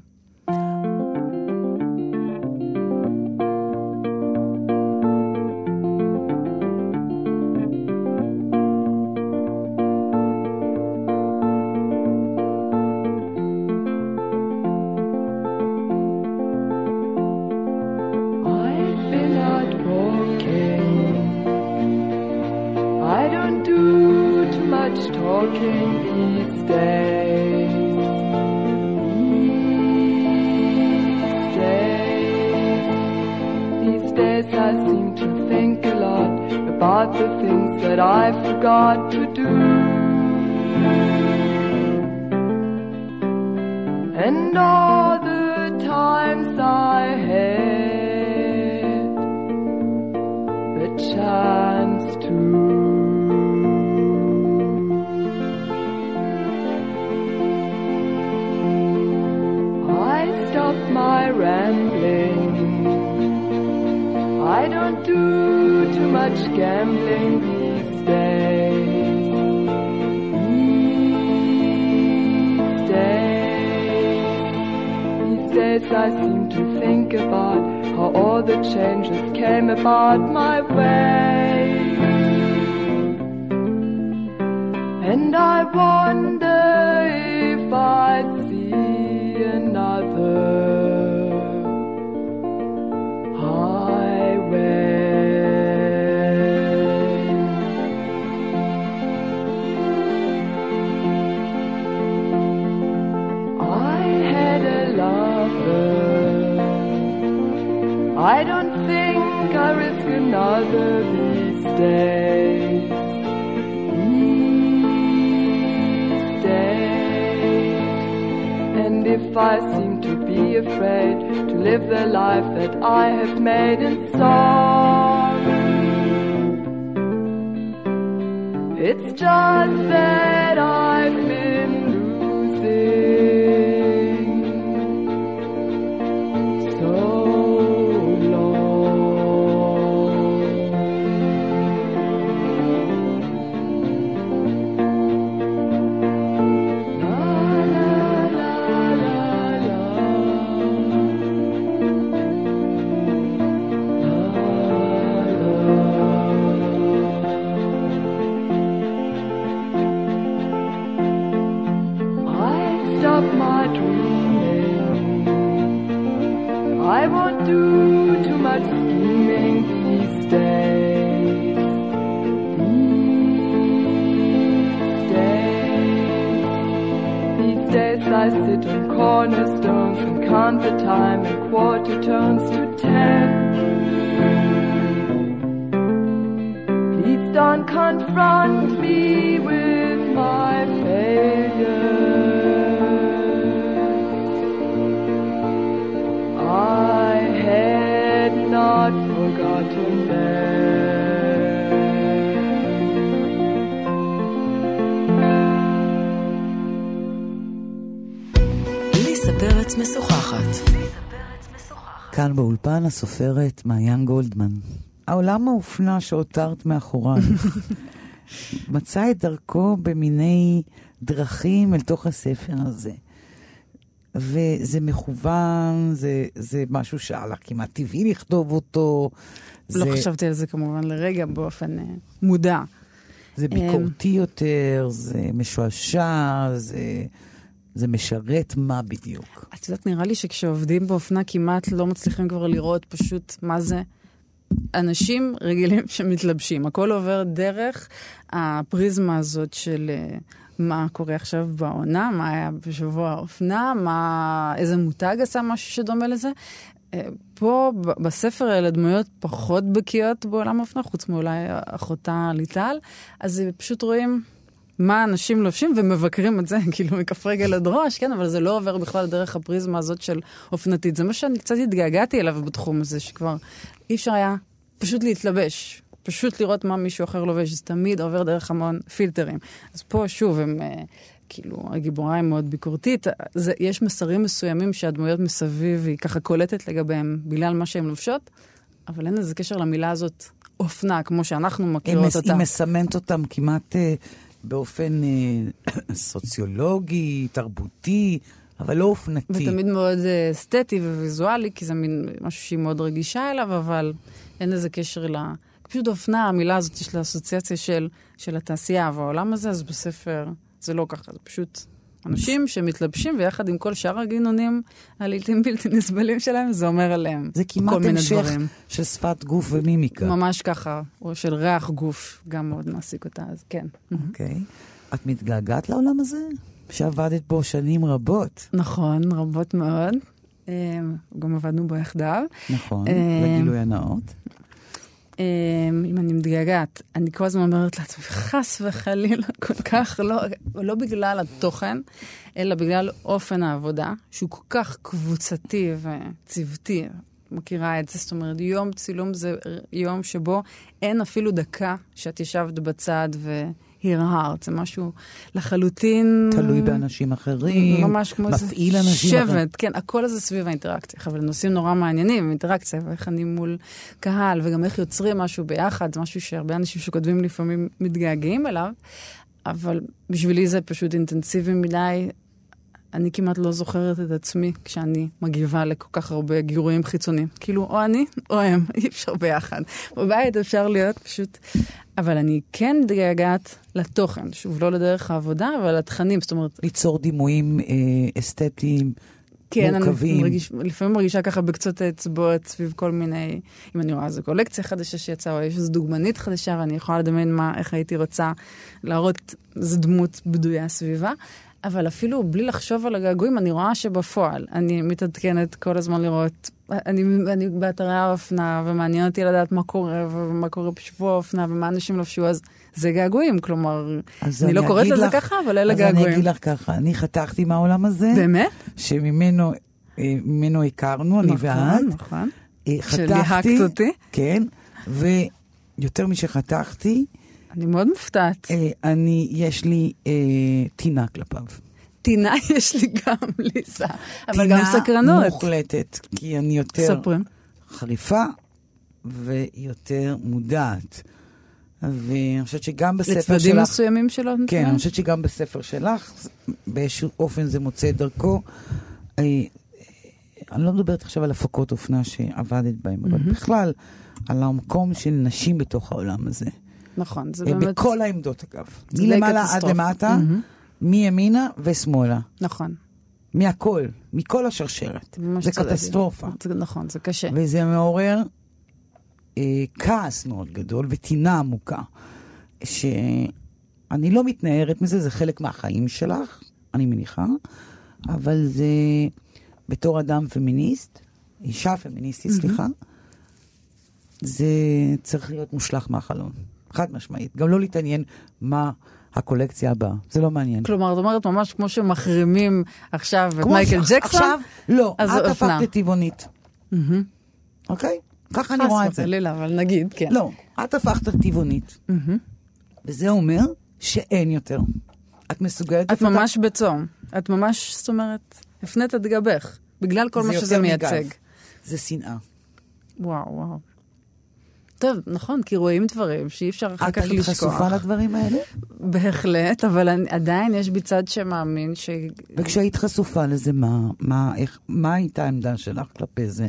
I seem to think about how all the changes came about my way. And I wonder if I'd see another highway. I had a lover. I don't think I risk another these days. These days. And if I seem to be afraid to live the life that I have made in song, it's just that I've been losing so I won't do too much scheming these days. These days. These days I sit on cornerstones and count the time in quarter turns to ten. Please don't confront me with my failures. I had not forgotten them. ליסה פרץ משוחחת. כאן באולפן הסופרת מעיין גולדמן. העולם האופנה שהותרת מאחורייך מצא את דרכו במיני דרכים אל תוך הספר הזה. וזה מכוון, זה, זה משהו שעלה כמעט טבעי לכתוב אותו. לא זה, חשבתי על זה כמובן לרגע באופן uh, מודע. זה ביקורתי יותר, זה משועשע, זה, זה משרת מה בדיוק. את יודעת, נראה לי שכשעובדים באופנה כמעט לא מצליחים כבר לראות פשוט מה זה אנשים רגילים שמתלבשים. הכל עובר דרך הפריזמה הזאת של uh, מה קורה עכשיו בעונה, מה היה בשבוע האופנה, מה, איזה מותג עשה משהו שדומה לזה. פה בספר האלה דמויות פחות בקיאות בעולם האופנה, חוץ מאולי אחותה ליטל, אז פשוט רואים מה אנשים לובשים ומבקרים את זה, כאילו מכף רגל עד ראש, כן, אבל זה לא עובר בכלל דרך הפריזמה הזאת של אופנתית. זה מה שאני קצת התגעגעתי אליו בתחום הזה, שכבר אי אפשר היה פשוט להתלבש, פשוט לראות מה מישהו אחר לובש, זה תמיד עובר דרך המון פילטרים. אז פה שוב הם... כאילו, הגיבורה היא מאוד ביקורתית. זה, יש מסרים מסוימים שהדמויות מסביב היא ככה קולטת לגביהם בגלל מה שהן לובשות, אבל אין איזה קשר למילה הזאת אופנה, כמו שאנחנו מכירות היא אותה. היא מסמנת אותם כמעט אה, באופן אה, סוציולוגי, תרבותי, אבל לא אופנתי. ותמיד מאוד אה, אסתטי וויזואלי, כי זה מין משהו שהיא מאוד רגישה אליו, אבל אין איזה קשר ל... פשוט אופנה, המילה הזאת יש לה אסוציאציה של, של התעשייה והעולם הזה, אז בספר... זה לא ככה, זה פשוט אנשים שמתלבשים, ויחד עם כל שאר הגינונים הלעיתים בלתי נסבלים שלהם, זה אומר עליהם זה כמעט המשך של שפת גוף ומימיקה. ממש ככה, או של ריח גוף, גם מאוד מעסיק אותה, אז כן. אוקיי. את מתגעגעת לעולם הזה? שעבדת בו שנים רבות. נכון, רבות מאוד. גם עבדנו בו יחדיו. נכון, לגילוי הנאות. אם אני מתגעגעת, אני כל הזמן אומרת לעצמי, חס וחלילה, כל כך לא, לא בגלל התוכן, אלא בגלל אופן העבודה, שהוא כל כך קבוצתי וצוותי, מכירה את זה, זאת אומרת, יום צילום זה יום שבו אין אפילו דקה שאת ישבת בצד והרהרת, זה משהו לחלוטין... תלוי באנשים אחרים, ממש כמו מפעיל אנשים שבט, אחרים. כן, הכל הזה סביב האינטראקציה, אבל נושאים נורא מעניינים, אינטראקציה, ואיך אני מול קהל, וגם איך יוצרים משהו ביחד, זה משהו שהרבה אנשים שכותבים לפעמים מתגעגעים אליו, אבל בשבילי זה פשוט אינטנסיבי מדי, אני כמעט לא זוכרת את עצמי כשאני מגיבה לכל כך הרבה גירויים חיצוניים. כאילו, או אני, או הם, אי אפשר ביחד. בבית אפשר להיות פשוט... אבל אני כן מתגעגעת לתוכן, שוב, לא לדרך העבודה, אבל לתכנים, זאת אומרת... ליצור דימויים אה, אסתטיים, כן, מורכבים. אני מרגיש, לפעמים מרגישה ככה בקצות האצבעות סביב כל מיני... אם אני רואה איזו קולקציה חדשה שיצאה, או יש איזו דוגמנית חדשה, ואני יכולה לדמיין מה, איך הייתי רוצה להראות איזו דמות בדויה סביבה. אבל אפילו בלי לחשוב על הגעגועים, אני רואה שבפועל אני מתעדכנת כל הזמן לראות, אני, אני באתרי האופנה, ומעניין אותי לדעת מה קורה, ומה קורה בשבוע האופנה, ומה אנשים לבשו, אז זה געגועים, כלומר, אני, אני לא קוראת לזה לך, ככה, אבל אלה געגועים. אז אני אגיד לך ככה, אני חתכתי מהעולם הזה, באמת? שממנו ממנו הכרנו, אני נכון, ואת. נכון, חתכתי, שליהקת אותי. כן, ויותר משחתכתי, אני מאוד מופתעת. אה, אני, יש לי אה, טינה כלפיו. טינה יש לי גם, ליסה. אבל גם סקרנות. טינה מוחלטת, כי אני יותר ספרים. חריפה ויותר מודעת. ואני חושבת שגם בספר שלך... לצדדים מסוימים שלו? כן, אני חושבת שגם בספר שלך, באיזשהו אופן זה מוצא את דרכו. אה, אני לא מדברת עכשיו על הפקות אופנה שעבדת בהם, אבל בכלל, על המקום של נשים בתוך העולם הזה. נכון, זה באמת... בכל העמדות, אגב. מלמעלה עד למטה, מימינה ושמאלה. נכון. מהכל, מכל השרשרת. זה קטסטרופה. נכון, זה קשה. וזה מעורר כעס מאוד גדול וטינה עמוקה, שאני לא מתנערת מזה, זה חלק מהחיים שלך, אני מניחה, אבל זה בתור אדם פמיניסט, אישה פמיניסטית, סליחה, זה צריך להיות מושלך מהחלון. חד משמעית. גם לא להתעניין מה הקולקציה הבאה. זה לא מעניין. כלומר, זאת אומרת ממש כמו שמחרימים עכשיו את מייקל ג'קסון. עכשיו, לא. את הפכת לטבעונית. אוקיי? ככה אני רואה את זה. חלילה, אבל נגיד, כן. לא. את הפכת לטבעונית. וזה אומר שאין יותר. את מסוגלת... את ממש בצום. את ממש, זאת אומרת, הפנית את גבך. בגלל כל מה שזה מייצג. זה שנאה. וואו, וואו. טוב, נכון, כי רואים דברים שאי אפשר אחר כך לשכוח. את היית חשופה לדברים האלה? בהחלט, אבל אני, עדיין יש בי צד שמאמין ש... וכשהיית חשופה לזה, מה, מה, איך, מה הייתה העמדה שלך כלפי זה?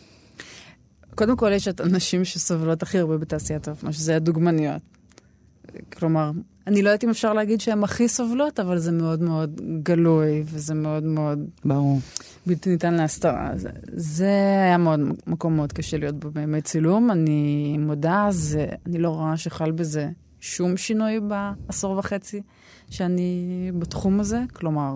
קודם כל, יש את אנשים שסובלות הכי הרבה בתעשיית האופנה, שזה הדוגמניות. כלומר, אני לא יודעת אם אפשר להגיד שהן הכי סובלות, אבל זה מאוד מאוד גלוי, וזה מאוד מאוד... ברור. בלתי ניתן להסתרה. זה, זה היה מאוד, מקום מאוד קשה להיות בו בימי צילום. אני מודה, זה, אני לא רואה שחל בזה שום שינוי בעשור וחצי שאני בתחום הזה. כלומר,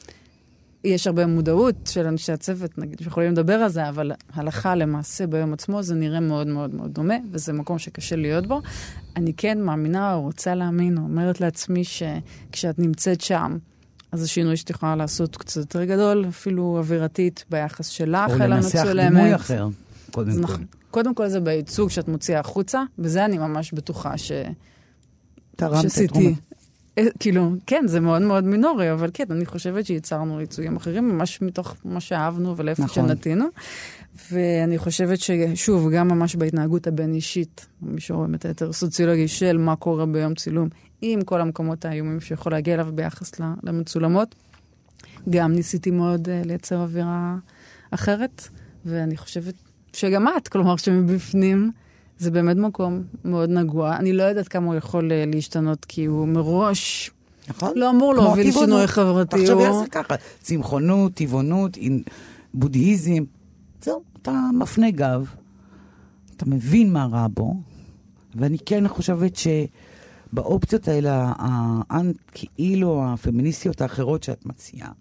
יש הרבה מודעות של אנשי הצוות, נגיד, שיכולים לדבר על זה, אבל הלכה למעשה ביום עצמו זה נראה מאוד מאוד מאוד דומה, וזה מקום שקשה להיות בו. אני כן מאמינה או רוצה להאמין, או אומרת לעצמי שכשאת נמצאת שם, אז השינוי שאת יכולה לעשות קצת יותר גדול, אפילו אווירתית ביחס שלך אל המצולמת. או לנסח דימוי אחר, קודם כל. קודם כל זה בייצוג שאת מוציאה החוצה, בזה אני ממש בטוחה ש... תרמת את תרומת. כאילו, כן, זה מאוד מאוד מינורי, אבל כן, אני חושבת שיצרנו ייצוגים אחרים, ממש מתוך מה שאהבנו ולאיפה נכון. שנתינו. ואני חושבת ששוב, גם ממש בהתנהגות הבין-אישית, מי שרואים את היתר סוציולוגי של מה קורה ביום צילום, עם כל המקומות האיומים שיכול להגיע אליו ביחס למצולמות, גם ניסיתי מאוד uh, לייצר אווירה אחרת, ואני חושבת שגם את, כלומר שמבפנים, זה באמת מקום מאוד נגוע. אני לא יודעת כמה הוא יכול uh, להשתנות, כי הוא מראש נכון? לא אמור להוביל שינוי חברתי. עכשיו הוא... יעשה ככה, צמחונות, טבעונות, בודהיזם, זהו, אתה מפנה גב, אתה מבין מה רע בו, ואני כן חושבת שבאופציות האלה, כאילו הפמיניסטיות האחרות שאת מציעה,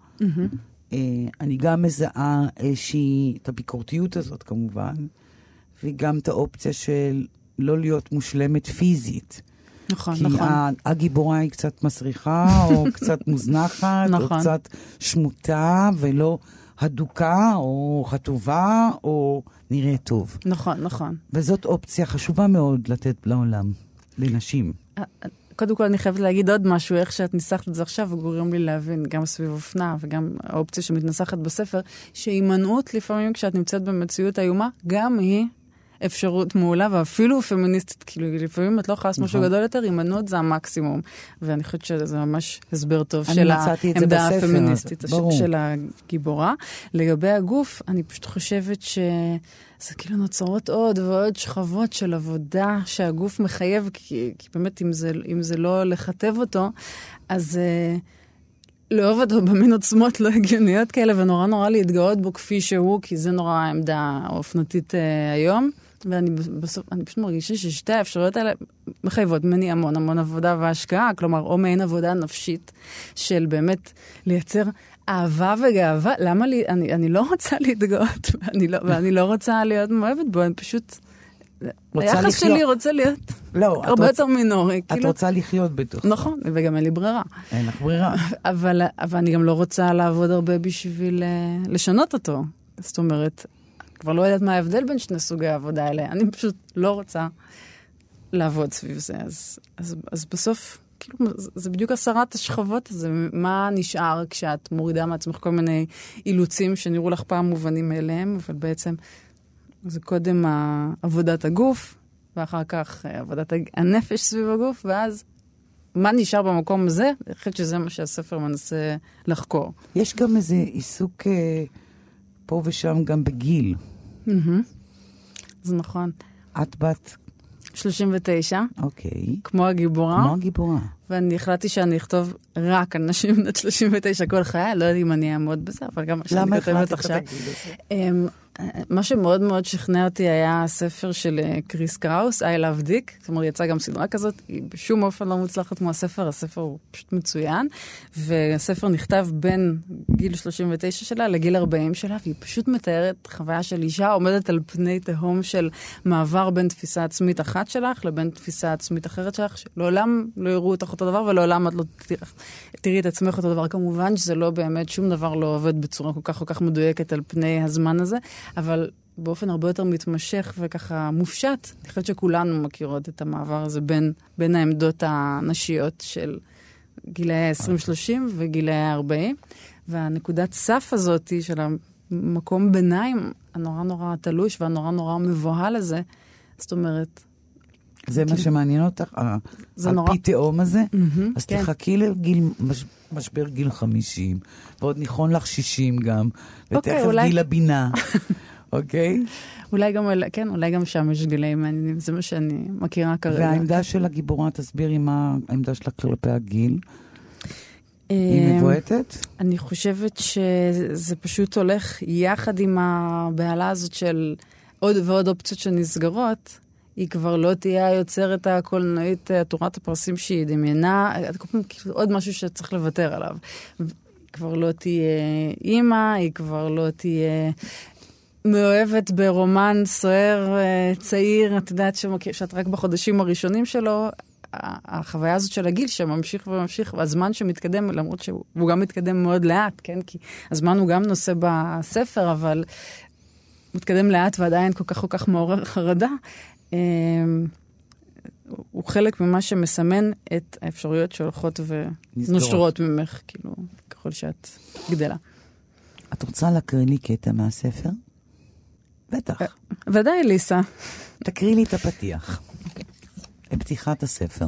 אני גם מזהה איזושהי, את הביקורתיות הזאת כמובן, וגם את האופציה של לא להיות מושלמת פיזית. נכון, כי נכון. כי הגיבורה היא קצת מסריחה, או קצת מוזנחת, נכון. או קצת שמוטה, ולא הדוקה, או חטובה, או נראה טוב. נכון, נכון. וזאת אופציה חשובה מאוד לתת לעולם, לנשים. קודם כל אני חייבת להגיד עוד משהו, איך שאת ניסחת את זה עכשיו, וגורם לי להבין, גם סביב אופנה, וגם האופציה שמתנסחת בספר, שהימנעות לפעמים כשאת נמצאת במציאות איומה, גם היא אפשרות מעולה, ואפילו פמיניסטית, כאילו לפעמים את לא יכולה לעשות משהו גדול יותר, הימנעות זה המקסימום. ואני חושבת שזה ממש הסבר טוב של העמדה הפמיניסטית של הגיבורה. לגבי הגוף, אני פשוט חושבת ש... זה כאילו נוצרות עוד ועוד שכבות של עבודה שהגוף מחייב, כי, כי באמת אם זה, אם זה לא לכתב אותו, אז uh, לאהוב אותו במין עוצמות לא הגיוניות כאלה, ונורא נורא להתגאות בו כפי שהוא, כי זה נורא העמדה האופנתית uh, היום. ואני בסוף, אני פשוט מרגישה ששתי האפשרויות האלה מחייבות ממני המון המון עבודה והשקעה, כלומר, או מעין עבודה נפשית של באמת לייצר אהבה וגאווה. למה לי, אני, אני לא רוצה להתגאות, ואני לא, ואני לא רוצה להיות מאוהבת בו, אני פשוט, היחס לחיות... שלי רוצה להיות לא, הרבה יותר מינורי. את כאילו... רוצה לחיות בתוך. נכון, וגם אין לי ברירה. אין לך ברירה. אבל, אבל אני גם לא רוצה לעבוד הרבה בשביל לשנות אותו. זאת אומרת, כבר לא יודעת מה ההבדל בין שני סוגי העבודה האלה. אני פשוט לא רוצה לעבוד סביב זה. אז, אז, אז בסוף, כאילו, זה בדיוק הסרת השכבות הזה. מה נשאר כשאת מורידה מעצמך כל מיני אילוצים שנראו לך פעם מובנים מאליהם, אבל בעצם זה קודם עבודת הגוף, ואחר כך עבודת הנפש סביב הגוף, ואז מה נשאר במקום הזה? אני חושבת שזה מה שהספר מנסה לחקור. יש גם איזה עיסוק פה ושם גם בגיל. זה נכון. את בת? שלושים ותשע. אוקיי. כמו הגיבורה. כמו הגיבורה. ואני החלטתי שאני אכתוב רק על נשים בנות שלושים ותשע כל חיי. לא יודעת אם אני אעמוד בזה, אבל גם מה שאני כותבת עכשיו. למה החלטת את הגיל הזה? מה שמאוד מאוד שכנע אותי היה הספר של קריס קראוס, I Love Dick. זאת אומרת, יצאה גם סדרה כזאת, היא בשום אופן לא מוצלחת כמו הספר, הספר הוא פשוט מצוין, והספר נכתב בין גיל שלושים ותשע שלה לגיל ארבעים שלה, והיא פשוט מתארת חוויה של אישה עומדת על פני תהום של מעבר בין תפיסה עצמית אחת שלך לבין תפיסה עצמית אחרת שלך, שלעולם לא יראו אותך אותו דבר, ולעולם את לא תראי את עצמך אותו דבר. כמובן שזה לא באמת, שום דבר לא עובד בצורה כל כך כל כך מדויקת על פני הזמן הזה, אבל באופן הרבה יותר מתמשך וככה מופשט, אני חושבת שכולנו מכירות את המעבר הזה בין, בין העמדות הנשיות של גילאי עשרים שלושים וגילאי ארבעים, והנקודת סף הזאת של המקום ביניים, הנורא נורא תלוש והנורא נורא מבוהל הזה, זאת אומרת, זה מה שמעניין אותך? על פי תאום הזה? אז תחכי לגיל, משבר גיל חמישים, ועוד נכון לך שישים גם, ותכף גיל הבינה. אוקיי? אולי גם, כן, אולי גם שם יש גילאים מעניינים, זה מה שאני מכירה כרגע. והעמדה של הגיבורה, תסבירי מה העמדה שלה כלפי הגיל? היא מבועטת? אני חושבת שזה פשוט הולך יחד עם הבעלה הזאת של עוד ועוד אופציות שנסגרות, היא כבר לא תהיה היוצרת הקולנועית, תורת הפרסים שהיא דמיינה, עוד משהו שצריך לוותר עליו. כבר לא תהיה אימא, היא כבר לא תהיה מאוהבת ברומן סוער צעיר, את יודעת שאת רק בחודשים הראשונים שלו, החוויה הזאת של הגיל שממשיך וממשיך, והזמן שמתקדם, למרות שהוא גם מתקדם מאוד לאט, כן? כי הזמן הוא גם נושא בספר, אבל מתקדם לאט ועדיין כל כך כל כך מעורר חרדה. הוא חלק ממה שמסמן את האפשרויות שהולכות ונושרות ממך, כאילו, ככל שאת גדלה. את רוצה להקריא לי קטע מהספר? בטח. ודאי, ליסה. תקריא לי את הפתיח. בפתיחת הספר.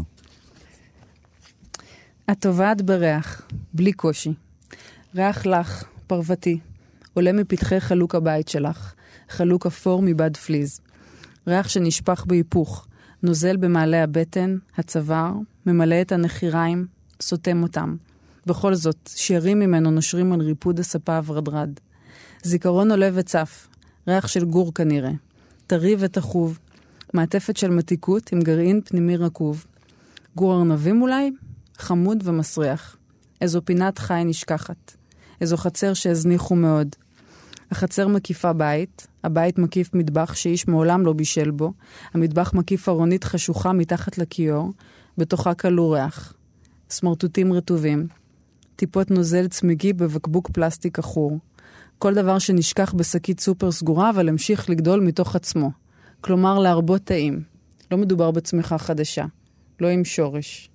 את טובעת בריח, בלי קושי. ריח לך, פרוותי, עולה מפתחי חלוק הבית שלך, חלוק אפור מבד פליז. ריח שנשפך בהיפוך, נוזל במעלה הבטן, הצוואר, ממלא את הנחיריים, סותם אותם. בכל זאת, שירים ממנו נושרים על ריפוד הספה הוורדרד. זיכרון עולה וצף, ריח של גור כנראה. טרי ותחוב, מעטפת של מתיקות עם גרעין פנימי רקוב. גור ארנבים אולי? חמוד ומסריח. איזו פינת חי נשכחת. איזו חצר שהזניחו מאוד. החצר מקיפה בית, הבית מקיף מטבח שאיש מעולם לא בישל בו, המטבח מקיף ארונית חשוכה מתחת לכיור, בתוכה קלו ריח. סמרטוטים רטובים. טיפות נוזל צמיגי בבקבוק פלסטיק אחור. כל דבר שנשכח בשקית סופר סגורה, אבל המשיך לגדול מתוך עצמו. כלומר, להרבות טעים. לא מדובר בצמיחה חדשה. לא עם שורש.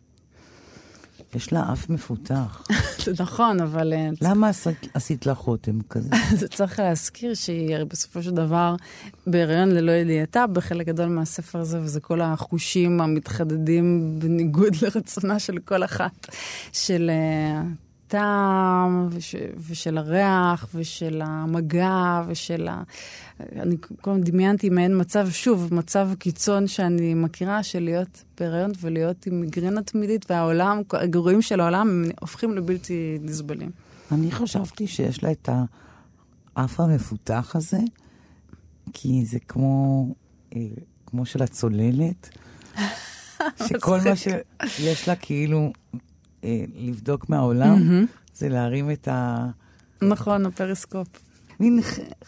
יש לה אף מפותח. זה נכון, אבל... למה עשית לה חותם כזה? זה צריך להזכיר שהיא בסופו של דבר בהיריון ללא ידיעתה, בחלק גדול מהספר הזה, וזה כל החושים המתחדדים בניגוד לרצונה של כל אחת, של הטעם, וש, ושל הריח, ושל המגע, ושל ה... אני כל הזמן דמיינתי מעין מצב, שוב, מצב קיצון שאני מכירה של להיות בהיריון ולהיות עם מיגרנה תמידית, והעולם, הגרועים של העולם, הם הופכים לבלתי נסבלים. אני חשבתי שיש לה את האף המפותח הזה, כי זה כמו, אה, כמו של הצוללת, שכל מה שיש לה כאילו אה, לבדוק מהעולם, זה להרים את ה... נכון, הפריסקופ. מין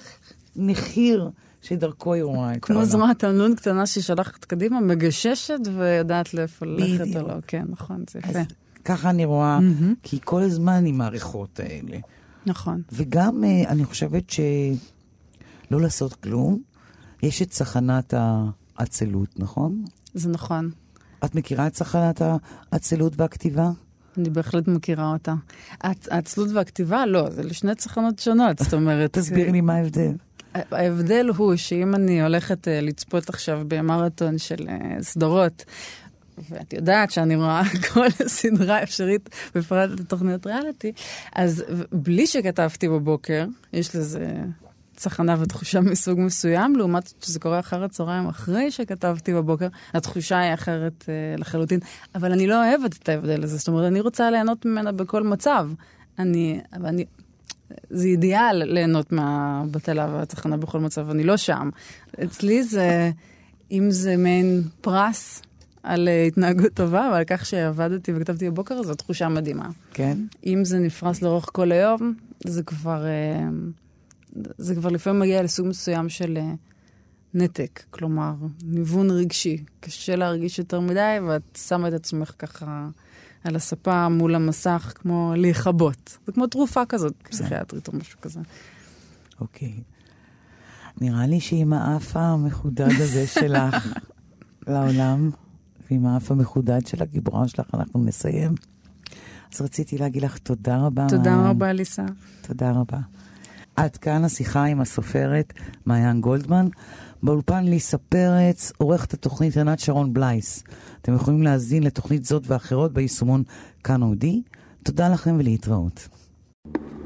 נחיר שדרכו היא רואה את העולם. כמו זרוע תמנון קטנה ששלחת קדימה, מגששת ויודעת לאיפה ללכת או לא. כן, נכון, זה יפה. ככה אני רואה, כי כל הזמן עם העריכות האלה. נכון. וגם אני חושבת שלא לעשות כלום, יש את צחנת העצלות, נכון? זה נכון. את מכירה את צחנת העצלות והכתיבה? אני בהחלט מכירה אותה. העצלות והכתיבה, לא, זה לשני צחנות שונות, זאת אומרת... תסביר לי מה ההבדל. ההבדל הוא שאם אני הולכת לצפות עכשיו במרתון של סדרות, ואת יודעת שאני רואה כל סדרה אפשרית בפרט לתוכניות ריאליטי, אז בלי שכתבתי בבוקר, יש לזה צחנה ותחושה מסוג מסוים, לעומת שזה קורה אחר הצהריים אחרי שכתבתי בבוקר, התחושה היא אחרת אה, לחלוטין, אבל אני לא אוהבת את ההבדל הזה, זאת אומרת, אני רוצה ליהנות ממנה בכל מצב. אני, אבל אני, זה אידיאל ליהנות מהבטלה והצחנה בכל מצב, אני לא שם. אצלי זה, אם זה מעין פרס על התנהגות טובה, ועל כך שעבדתי וכתבתי בבוקר, זו תחושה מדהימה. כן. אם זה נפרס לאורך כל היום, זה כבר... אה, זה כבר לפעמים מגיע לסוג מסוים של נתק, כלומר, ניוון רגשי. קשה להרגיש יותר מדי, ואת שמה את עצמך ככה על הספה מול המסך, כמו להיחבות. זה כמו תרופה כזאת, פסיכיאטרית או משהו כזה. אוקיי. נראה לי שעם האף המחודד הזה שלך לעולם, ועם האף המחודד של הגיבורה שלך, אנחנו נסיים. אז רציתי להגיד לך תודה רבה. תודה רבה, ליסה. תודה רבה. עד כאן השיחה עם הסופרת מעיין גולדמן. באולפן ליסה פרץ, עורכת התוכנית ענת שרון בלייס. אתם יכולים להזין לתוכנית זאת ואחרות ביישומון כאן אודי. תודה לכם ולהתראות.